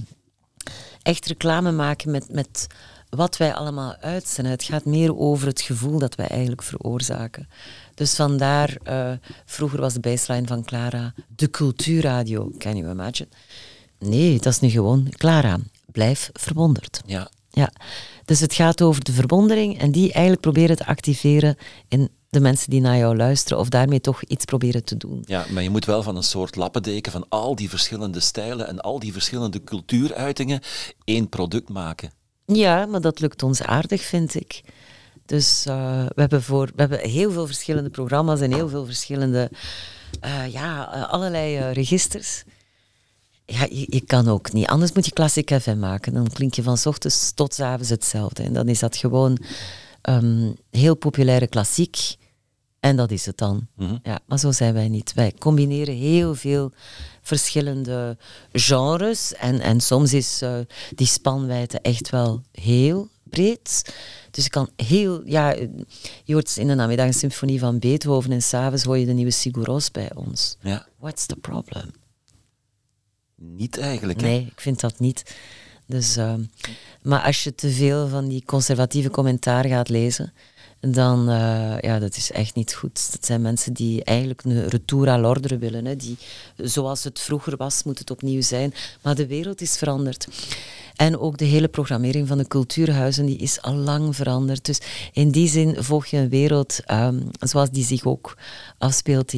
echt reclame maken met wat wij allemaal uitzenden. Het gaat meer over het gevoel dat wij eigenlijk veroorzaken. Dus vandaar, vroeger was de baseline van Clara de cultuurradio. Can you imagine? Nee, dat is nu gewoon Clara, blijf verwonderd. Ja. Dus het gaat over de verwondering en die eigenlijk proberen te activeren in de mensen die naar jou luisteren of daarmee toch iets proberen te doen. Ja, maar je moet wel van een soort lappendeken van al die verschillende stijlen en al die verschillende cultuuruitingen één product maken. Ja, maar dat lukt ons aardig, vind ik. Dus we hebben heel veel verschillende programma's en heel veel verschillende, allerlei registers. Ja, je kan ook niet. Anders moet je Classic FM maken. Dan klink je van 's ochtends tot 's avonds hetzelfde. En dan is dat gewoon heel populaire klassiek. En dat is het dan. Mm-hmm. Ja, maar zo zijn wij niet. Wij combineren heel veel verschillende genres. En soms is die spanwijdte echt wel heel breed. Dus je kan je hoort in de namiddag een symfonie van Beethoven en 's avonds hoor je de nieuwe Sigur Rós bij ons. Ja. What's the problem? Niet eigenlijk, hè? Nee, ik vind dat niet. Dus, maar als je te veel van die conservatieve commentaar gaat lezen, dan, dat is echt niet goed. Dat zijn mensen die eigenlijk een retour à l'ordre willen. Hè. Die, zoals het vroeger was, moet het opnieuw zijn. Maar de wereld is veranderd. En ook de hele programmering van de cultuurhuizen, die is al lang veranderd. Dus in die zin volg je een wereld zoals die zich ook afspeelt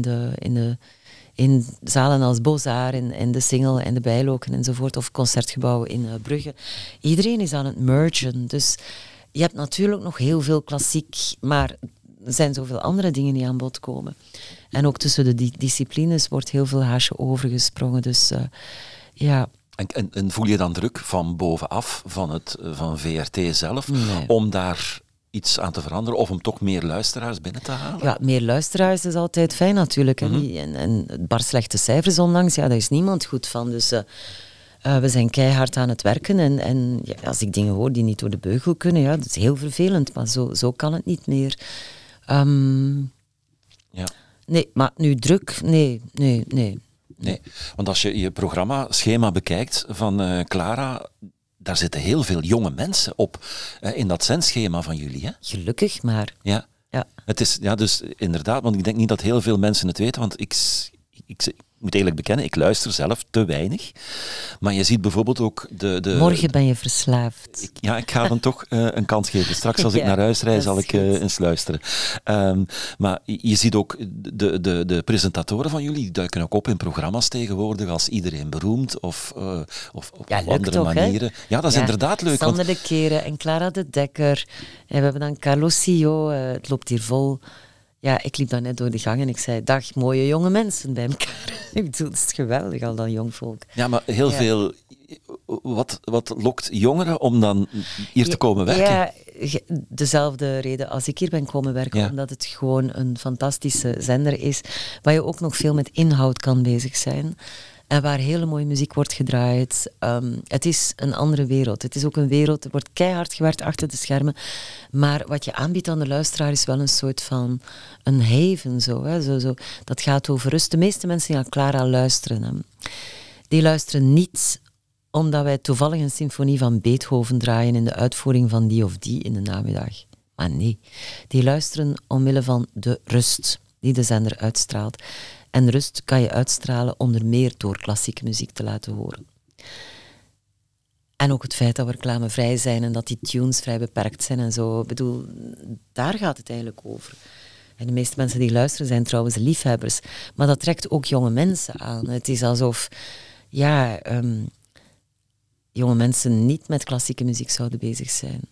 in zalen als Beaux-Arts en de Singel en de Bijloken enzovoort, of concertgebouwen in Brugge. Iedereen is aan het mergen. Dus je hebt natuurlijk nog heel veel klassiek, maar er zijn zoveel andere dingen die aan bod komen. En ook tussen de disciplines wordt heel veel haasje overgesprongen. Dus ja... En voel je dan druk van bovenaf, van VRT zelf, om daar iets aan te veranderen of om toch meer luisteraars binnen te halen? Ja, meer luisteraars is altijd fijn natuurlijk. Mm-hmm. En het bar slechte cijfers onlangs, daar is niemand goed van. Dus we zijn keihard aan het werken. En als ik dingen hoor die niet door de beugel kunnen, dat is heel vervelend. Maar zo kan het niet meer. Nee, maar nu druk? Nee. Nee, want als je je programma-schema bekijkt van Clara, daar zitten heel veel jonge mensen op in dat zendschema van jullie, hè? Gelukkig maar. Ja. Het is, dus inderdaad, want ik denk niet dat heel veel mensen het weten, want ik moet eerlijk bekennen, ik luister zelf te weinig. Maar je ziet bijvoorbeeld ook de... Morgen ben je verslaafd. Ik ga dan toch een kans geven. Straks als ik naar huis rijd, zal ik eens luisteren. Maar je ziet ook de presentatoren van jullie, die duiken ook op in programma's tegenwoordig als Iedereen Beroemd of op andere toch, manieren. Hè? Ja, dat is inderdaad leuk. Sander de Keren en Clara de Dekker. En we hebben dan Carlos Sillo, het loopt hier vol. Ja, ik liep dan net door de gang en ik zei, dag, mooie jonge mensen bij elkaar. Ik bedoel, het is geweldig, al dat jong volk. Ja, maar heel veel... Wat lokt jongeren om dan hier te komen werken? Ja, dezelfde reden als ik hier ben komen werken. Ja. Omdat het gewoon een fantastische zender is, waar je ook nog veel met inhoud kan bezig zijn. En waar hele mooie muziek wordt gedraaid. Het is een andere wereld. Het is ook een wereld, er wordt keihard gewerkt achter de schermen. Maar wat je aanbiedt aan de luisteraar is wel een soort van een haven. Zo. Dat gaat over rust. De meeste mensen die naar Clara luisteren, die luisteren niet omdat wij toevallig een symfonie van Beethoven draaien in de uitvoering van die of die in de namiddag. Maar nee, die luisteren omwille van de rust die de zender uitstraalt. En rust kan je uitstralen onder meer door klassieke muziek te laten horen. En ook het feit dat we reclamevrij zijn en dat die tunes vrij beperkt zijn en zo. Ik bedoel, daar gaat het eigenlijk over. En de meeste mensen die luisteren zijn trouwens liefhebbers. Maar dat trekt ook jonge mensen aan. Het is alsof jonge mensen niet met klassieke muziek zouden bezig zijn.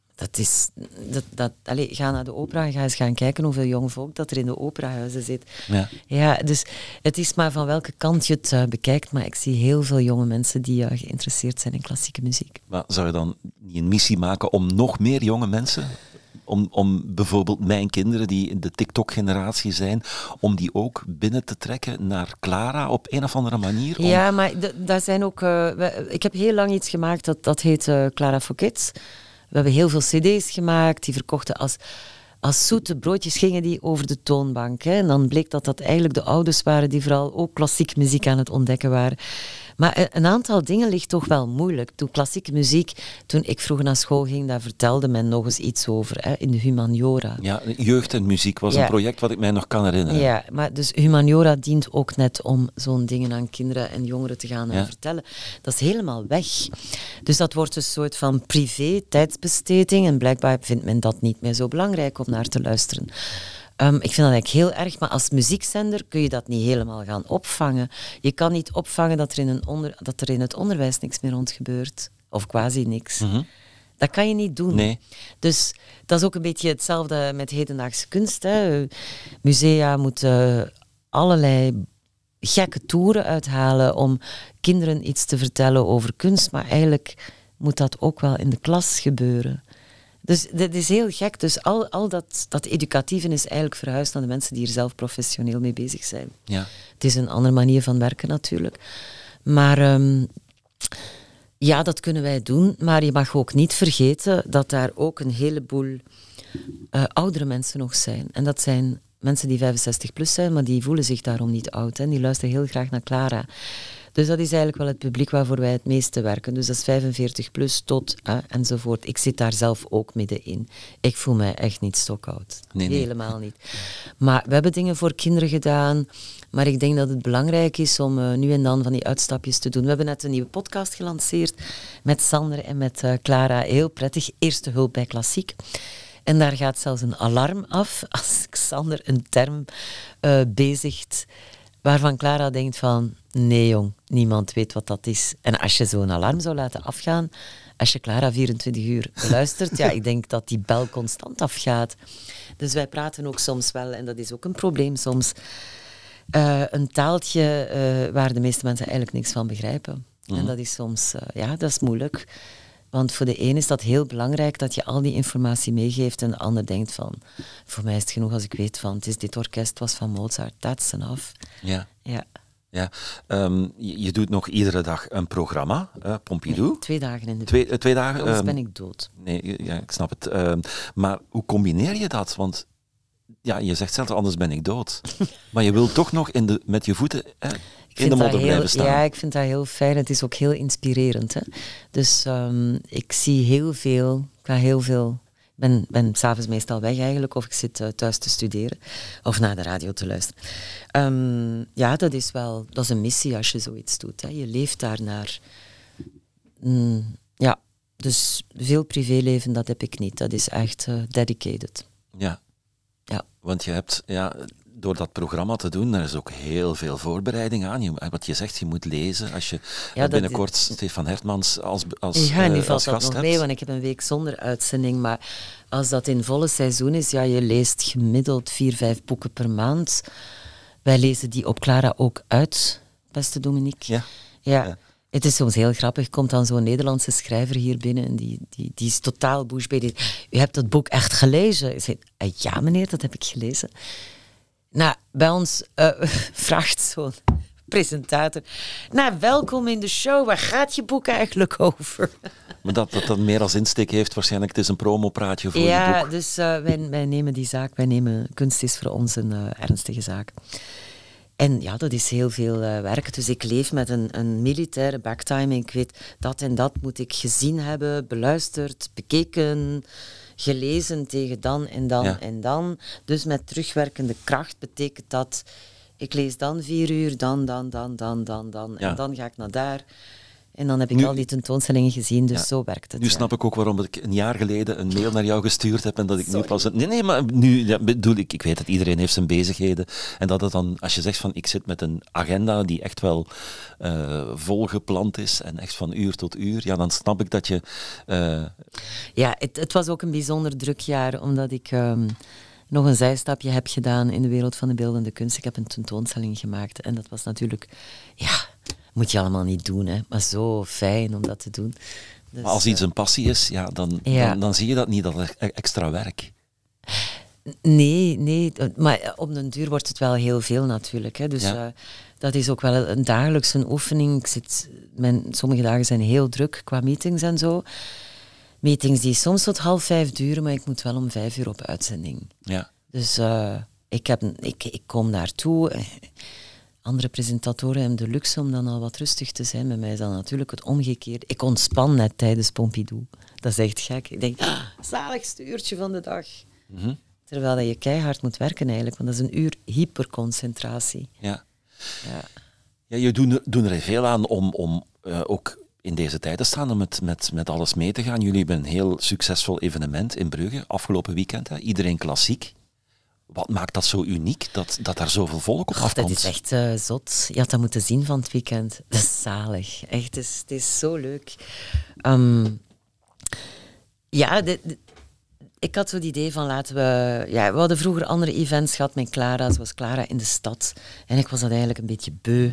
Ga naar de opera en ga eens gaan kijken hoeveel jong volk dat er in de operahuizen zit. Ja, dus het is maar van welke kant je het bekijkt, maar ik zie heel veel jonge mensen die geïnteresseerd zijn in klassieke muziek. Maar zou je dan niet een missie maken om nog meer jonge mensen om bijvoorbeeld mijn kinderen, die in de TikTok-generatie zijn, om die ook binnen te trekken naar Clara op een of andere manier? Ja, maar daar zijn ook... ik heb heel lang iets gemaakt, dat heet Clara for Kids. We hebben heel veel cd's gemaakt, die verkochten als zoete broodjes gingen die over de toonbank. Hè. En dan bleek dat eigenlijk de ouders waren die vooral ook klassieke muziek aan het ontdekken waren. Maar een aantal dingen ligt toch wel moeilijk. Klassieke muziek, toen ik vroeger naar school ging, daar vertelde men nog eens iets over, hè, in de humaniora. Ja, jeugd en muziek was een project wat ik mij nog kan herinneren. Ja, maar dus humaniora dient ook net om zo'n dingen aan kinderen en jongeren te gaan vertellen. Dat is helemaal weg. Dus dat wordt een soort van privé-tijdsbesteding en blijkbaar vindt men dat niet meer zo belangrijk om naar te luisteren. Ik vind dat eigenlijk heel erg, maar als muziekzender kun je dat niet helemaal gaan opvangen. Je kan niet opvangen dat er in het onderwijs niks meer rond gebeurt. Of quasi niks. Mm-hmm. Dat kan je niet doen. Nee. Dus dat is ook een beetje hetzelfde met hedendaagse kunst. Hè. Musea moeten allerlei gekke toeren uithalen om kinderen iets te vertellen over kunst, maar eigenlijk moet dat ook wel in de klas gebeuren. Dus dat is heel gek. Dus al dat educatieve is eigenlijk verhuisd naar de mensen die er zelf professioneel mee bezig zijn. Ja. Het is een andere manier van werken natuurlijk. Maar ja, dat kunnen wij doen. Maar je mag ook niet vergeten dat daar ook een heleboel oudere mensen nog zijn. En dat zijn mensen die 65 plus zijn, maar die voelen zich daarom niet oud. Hè. Die luisteren heel graag naar Clara. Dus dat is eigenlijk wel het publiek waarvoor wij het meeste werken. Dus dat is 45 plus tot enzovoort. Ik zit daar zelf ook middenin. Ik voel mij echt niet stokoud. Nee. Helemaal niet. Maar we hebben dingen voor kinderen gedaan. Maar ik denk dat het belangrijk is om nu en dan van die uitstapjes te doen. We hebben net een nieuwe podcast gelanceerd met Sander en met Clara. Heel prettig. Eerste hulp bij klassiek. En daar gaat zelfs een alarm af als Sander een term bezigt waarvan Clara denkt van, nee jong, niemand weet wat dat is. En als je zo'n alarm zou laten afgaan, als je Clara 24 uur beluistert, ja, ik denk dat die bel constant afgaat. Dus wij praten ook soms wel, en dat is ook een probleem soms, een taaltje waar de meeste mensen eigenlijk niks van begrijpen. Mm-hmm. En dat is soms, dat is moeilijk. Want voor de een is dat heel belangrijk dat je al die informatie meegeeft en de ander denkt van, voor mij is het genoeg als ik weet van, het is dit orkest was van Mozart, that's enough. Ja. Ja. Ja. Je doet nog iedere dag een programma, Pompidou. Nee, 2 dagen in de week. 2 dagen? Anders ben ik dood. Nee, ja, ik snap het. Maar hoe combineer je dat? Want ja, je zegt zelf, anders ben ik dood. Maar je wilt toch nog met je voeten in de modder blijven staan. Ja, ik vind dat heel fijn. Het is ook heel inspirerend. Hè? Dus ik zie heel veel, ik ga heel veel... Ik ben 's avonds meestal weg eigenlijk, of ik zit thuis te studeren, of naar de radio te luisteren. Ja, dat is een missie als je zoiets doet. Hè. Je leeft daarnaar. Ja, dus veel privéleven, dat heb ik niet. Dat is echt dedicated. Ja. Want je hebt... door dat programma te doen, er is ook heel veel voorbereiding aan. Wat je zegt, je moet lezen. Als je binnenkort Stefan Hertmans als ja, nu valt dat nog mee, want ik heb een week zonder uitzending. Maar als dat in volle seizoen is, ja, je leest gemiddeld 4-5 boeken per maand. Wij lezen die op Clara ook uit, beste Dominique. Ja. Het is soms heel grappig, komt dan zo'n Nederlandse schrijver hier binnen en die is totaal boezbé. U hebt dat boek echt gelezen? Ik zeg, ja meneer, dat heb ik gelezen. Nou, bij ons vraagt zo'n presentator, welkom in de show, waar gaat je boek eigenlijk over? Maar dat meer als insteek heeft waarschijnlijk, het is een promopraatje voor je boek. Ja, dus wij nemen die zaak, kunst is voor ons een ernstige zaak. En ja, dat is heel veel werk. Dus ik leef met een militaire backtiming. Ik weet, dat en dat moet ik gezien hebben, beluisterd, bekeken, gelezen tegen dan en dan en dan. Dus met terugwerkende kracht betekent dat, ik lees dan 4 uur, dan. Ja. En dan ga ik naar daar. En dan heb ik al die tentoonstellingen gezien, dus zo werkt het. Nu snap ik ook waarom ik een jaar geleden een mail naar jou gestuurd heb en dat ik nu pas... Nee, maar nu bedoel ik weet dat iedereen heeft zijn bezigheden en dat het dan, als je zegt van ik zit met een agenda die echt wel volgepland is en echt van uur tot uur, ja, dan snap ik dat je... Ja, het was ook een bijzonder druk jaar, omdat ik... nog een zijstapje heb gedaan in de wereld van de beeldende kunst. Ik heb een tentoonstelling gemaakt en dat was natuurlijk... Ja, moet je allemaal niet doen, hè. Maar zo fijn om dat te doen. Dus, maar als iets een passie is, dan zie je dat niet, dat extra werk. Nee, maar op den duur wordt het wel heel veel natuurlijk. Hè. Dus dat is ook wel een dagelijkse oefening. Sommige dagen zijn heel druk qua meetings en zo. Meetings die soms tot 4:30 duren, maar ik moet wel om 5:00 op uitzending. Ja. Dus ik kom daartoe. Andere presentatoren hebben de luxe om dan al wat rustig te zijn. Bij mij is dat natuurlijk het omgekeerde. Ik ontspan net tijdens Pompidou. Dat is echt gek. Ik denk, zaligste uurtje van de dag. Mm-hmm. Terwijl dat je keihard moet werken eigenlijk, want dat is een uur hyperconcentratie. Ja, je doen er veel aan om ook in deze tijd te staan, om met alles mee te gaan. Jullie hebben een heel succesvol evenement in Brugge, afgelopen weekend. Hè? Iedereen klassiek. Wat maakt dat zo uniek, dat daar zoveel volk op afkomt? Dat is echt zot. Je had dat moeten zien van het weekend. Dat is zalig. Echt, het is zo leuk. Ik had zo het idee van laten we... Ja, we hadden vroeger andere events gehad met Clara. Zoals Clara in de stad. En ik was dat eigenlijk een beetje beu.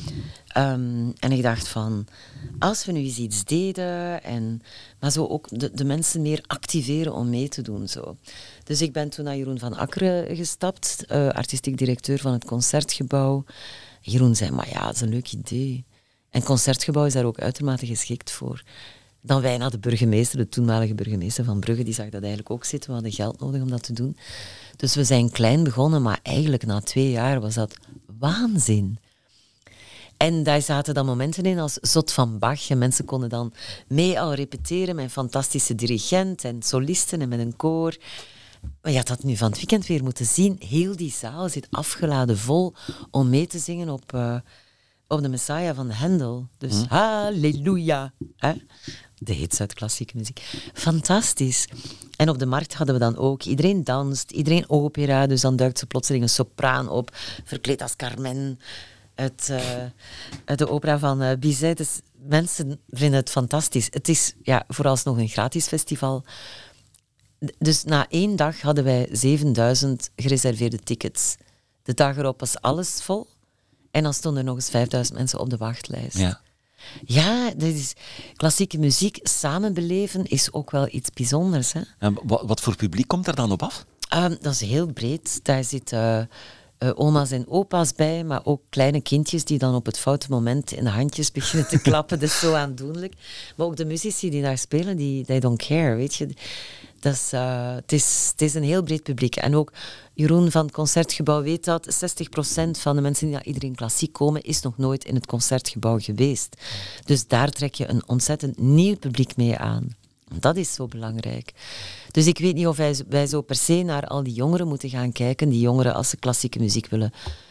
En ik dacht van... Als we nu eens iets deden... maar zo ook de mensen meer activeren om mee te doen. Zo. Dus ik ben toen naar Jeroen van Akkeren gestapt. Artistiek directeur van het Concertgebouw. Jeroen zei, maar ja, dat is een leuk idee. En het Concertgebouw is daar ook uitermate geschikt voor. Dan wij naar de burgemeester, de toenmalige burgemeester van Brugge, die zag dat eigenlijk ook zitten. We hadden geld nodig om dat te doen. Dus we zijn klein begonnen, maar eigenlijk na 2 jaar was dat waanzin. En daar zaten dan momenten in als Zot van Bach. En mensen konden dan mee al repeteren met een fantastische dirigent en solisten en met een koor. Maar je had dat nu van het weekend weer moeten zien. Heel die zaal zit afgeladen vol om mee te zingen op de Messiah van Handel. Dus halleluja. Hè? De hits uit klassieke muziek. Fantastisch. En op de markt hadden we dan ook... Iedereen danst, iedereen opera. Dus dan duikt ze plotseling een sopraan op. Verkleed als Carmen. Uit de opera van Bizet. Dus mensen vinden het fantastisch. Het is vooralsnog een gratis festival. Dus na 1 dag hadden wij 7000 gereserveerde tickets. De dag erop was alles vol. En dan stonden er nog eens 5000 mensen op de wachtlijst. Ja, dat is klassieke muziek samen beleven is ook wel iets bijzonders. Hè? En wat voor publiek komt er dan op af? Dat is heel breed. Daar zitten oma's en opa's bij, maar ook kleine kindjes die dan op het foute moment in de handjes beginnen te klappen. Dat is zo aandoenlijk. Maar ook de muzici die daar spelen, they don't care, weet je. Het is een heel breed publiek. En ook Jeroen van het Concertgebouw weet dat 60% van de mensen die naar Iedereen Klassiek komen, is nog nooit in het Concertgebouw geweest. Dus daar trek je een ontzettend nieuw publiek mee aan. Dat is zo belangrijk. Dus ik weet niet of wij zo per se naar al die jongeren moeten gaan kijken. Die jongeren, als ze klassieke muziek willen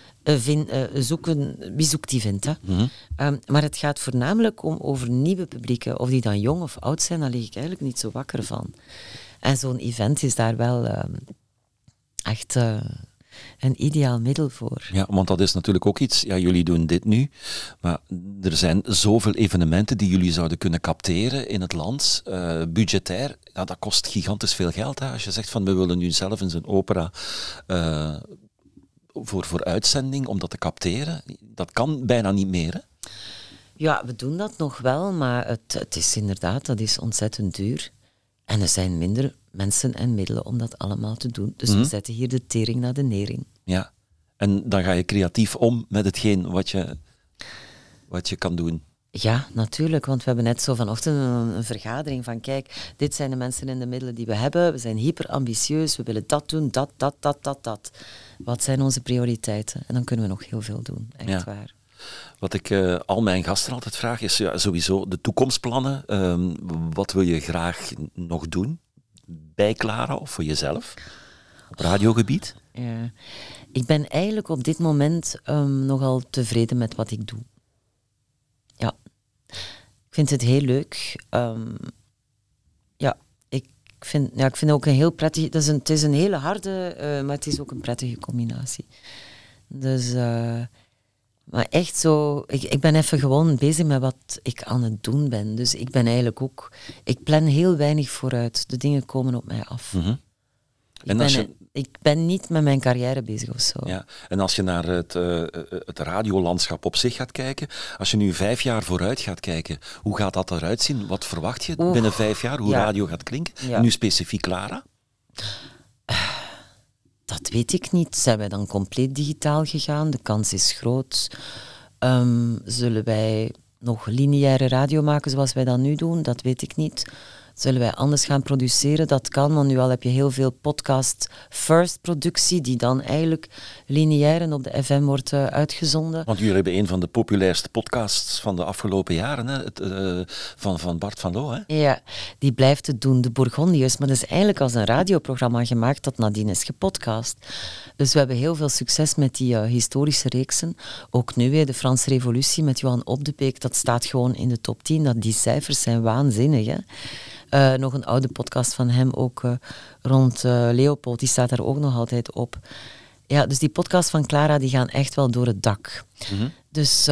zoeken, wie zoekt die vindt. Hè? Mm-hmm. Maar het gaat voornamelijk over nieuwe publieken. Of die dan jong of oud zijn, daar lig ik eigenlijk niet zo wakker van. En zo'n event is daar wel echt een ideaal middel voor. Ja, want dat is natuurlijk ook iets... Ja, jullie doen dit nu, maar er zijn zoveel evenementen die jullie zouden kunnen capteren in het land. Budgetair, dat kost gigantisch veel geld. Hè? Als je zegt van, we willen nu zelf eens een opera voor uitzending, om dat te capteren. Dat kan bijna niet meer, hè? Ja, we doen dat nog wel, maar het is inderdaad, dat is ontzettend duur. En er zijn minder mensen en middelen om dat allemaal te doen. Dus we zetten hier de tering naar de nering. Ja, en dan ga je creatief om met hetgeen wat je kan doen. Ja, natuurlijk, want we hebben net zo vanochtend een vergadering van kijk, dit zijn de mensen en de middelen die we hebben. We zijn hyper ambitieus, we willen dat doen, dat. Wat zijn onze prioriteiten? En dan kunnen we nog heel veel doen, echt waar. Wat ik al mijn gasten altijd vraag is sowieso de toekomstplannen. Wat wil je graag nog doen bij Clara of voor jezelf op radiogebied? Ja. Ik ben eigenlijk op dit moment nogal tevreden met wat ik doe. Ja, ik vind het heel leuk. Ik vind ook een heel prettig... Het is een hele harde, maar het is ook een prettige combinatie. Dus... Maar echt zo, ik ben even gewoon bezig met wat ik aan het doen ben. Dus ik ben eigenlijk ook... Ik plan heel weinig vooruit. De dingen komen op mij af. Mm-hmm. Ik ben niet met mijn carrière bezig of zo. Ja. En als je naar het radiolandschap op zich gaat kijken, als je nu 5 jaar vooruit gaat kijken, hoe gaat dat eruit zien? Wat verwacht je binnen 5 jaar? Hoe radio gaat klinken? Ja. Nu specifiek Clara? weet ik niet. Zijn wij dan compleet digitaal gegaan? De kans is groot. Zullen wij nog lineaire radio maken zoals wij dat nu doen? Dat weet ik niet. Zullen wij anders gaan produceren? Dat kan, want nu al heb je heel veel podcast-first productie die dan eigenlijk lineair en op de FM wordt uitgezonden. Want jullie hebben een van de populairste podcasts van de afgelopen jaren, hè? Van Bart van Loo. Hè? Ja, die blijft het doen, de Bourgondiërs. Maar dat is eigenlijk als een radioprogramma gemaakt dat nadien is gepodcast. Dus we hebben heel veel succes met die historische reeksen. Ook nu weer de Franse Revolutie met Johan Op de Beek, dat staat gewoon in de top 10. Die cijfers zijn waanzinnig, hè. Nog een oude podcast van hem ook rond Leopold, die staat daar ook nog altijd op. Ja, dus die podcast van Clara, die gaan echt wel door het dak. Mm-hmm. Dus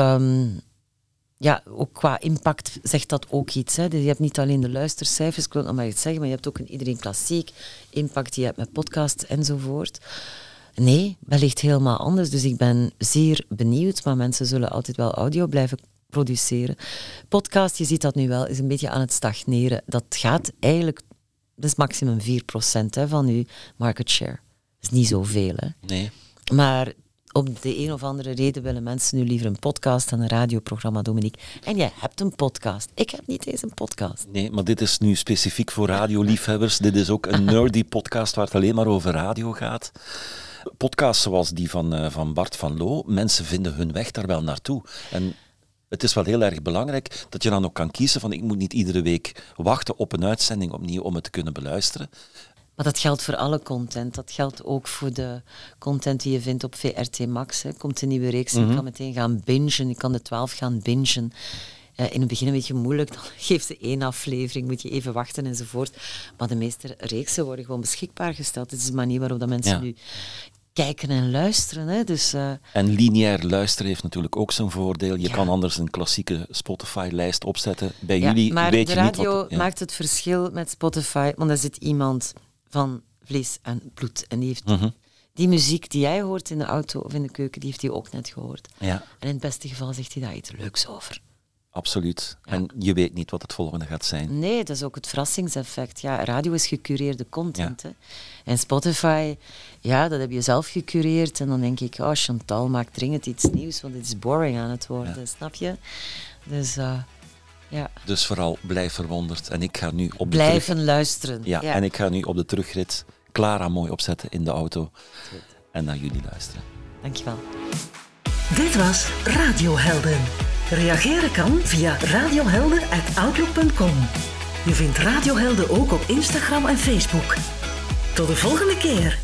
ook qua impact zegt dat ook iets. Hè. Dus je hebt niet alleen de luistercijfers, ik wil het nog maar iets zeggen, maar je hebt ook een Iedereen Klassiek impact die je hebt met podcasts enzovoort. Nee, wellicht helemaal anders. Dus ik ben zeer benieuwd, maar mensen zullen altijd wel audio blijven produceren. Podcast, je ziet dat nu wel, is een beetje aan het stagneren. Dat gaat eigenlijk, dat is maximum 4% van uw market share. Dat is niet zoveel. Hè. Nee. Maar om de een of andere reden willen mensen nu liever een podcast dan een radioprogramma, Dominique. En jij hebt een podcast. Ik heb niet eens een podcast. Nee, maar dit is nu specifiek voor radioliefhebbers. Dit is ook een nerdy podcast waar het alleen maar over radio gaat. Podcasts zoals die van Bart van Loo, mensen vinden hun weg daar wel naartoe. En het is wel heel erg belangrijk dat je dan ook kan kiezen van ik moet niet iedere week wachten op een uitzending opnieuw om het te kunnen beluisteren. Maar dat geldt voor alle content. Dat geldt ook voor de content die je vindt op VRT Max. Hè. Komt een nieuwe reeks en je kan meteen gaan bingen. Je kan de 12 gaan bingen. In het begin een beetje moeilijk. Dan geeft ze 1 aflevering, moet je even wachten enzovoort. Maar de meeste reeksen worden gewoon beschikbaar gesteld. Het is de manier waarop dat mensen nu kijken en luisteren. Hè. Dus, En lineair luisteren heeft natuurlijk ook zijn voordeel. Je kan anders een klassieke Spotify-lijst opzetten. Bij jullie maar weet de je niet wat... radio maakt het verschil met Spotify, want daar zit iemand van vlees en bloed. En die heeft die muziek die jij hoort in de auto of in de keuken, die heeft hij ook net gehoord. Ja. En in het beste geval zegt hij daar iets leuks over. Absoluut. Ja. En je weet niet wat het volgende gaat zijn. Nee, dat is ook het verrassingseffect. Ja, radio is gecureerde content. Ja. Hè. En Spotify, ja, dat heb je zelf gecureerd. En dan denk ik, oh, Chantal maakt dringend iets nieuws, want het is boring aan het worden. Snap je? Dus, ja. Dus vooral blijf verwonderd. En ik ga nu op de blijven luisteren. Ja, en ik ga nu op de terugrit Clara mooi opzetten in de auto. Goed. En naar jullie luisteren. Dankjewel. Dit was Radiohelden. Reageren kan via radiohelden@outlook.com. Je vindt Radiohelden ook op Instagram en Facebook. Tot de volgende keer.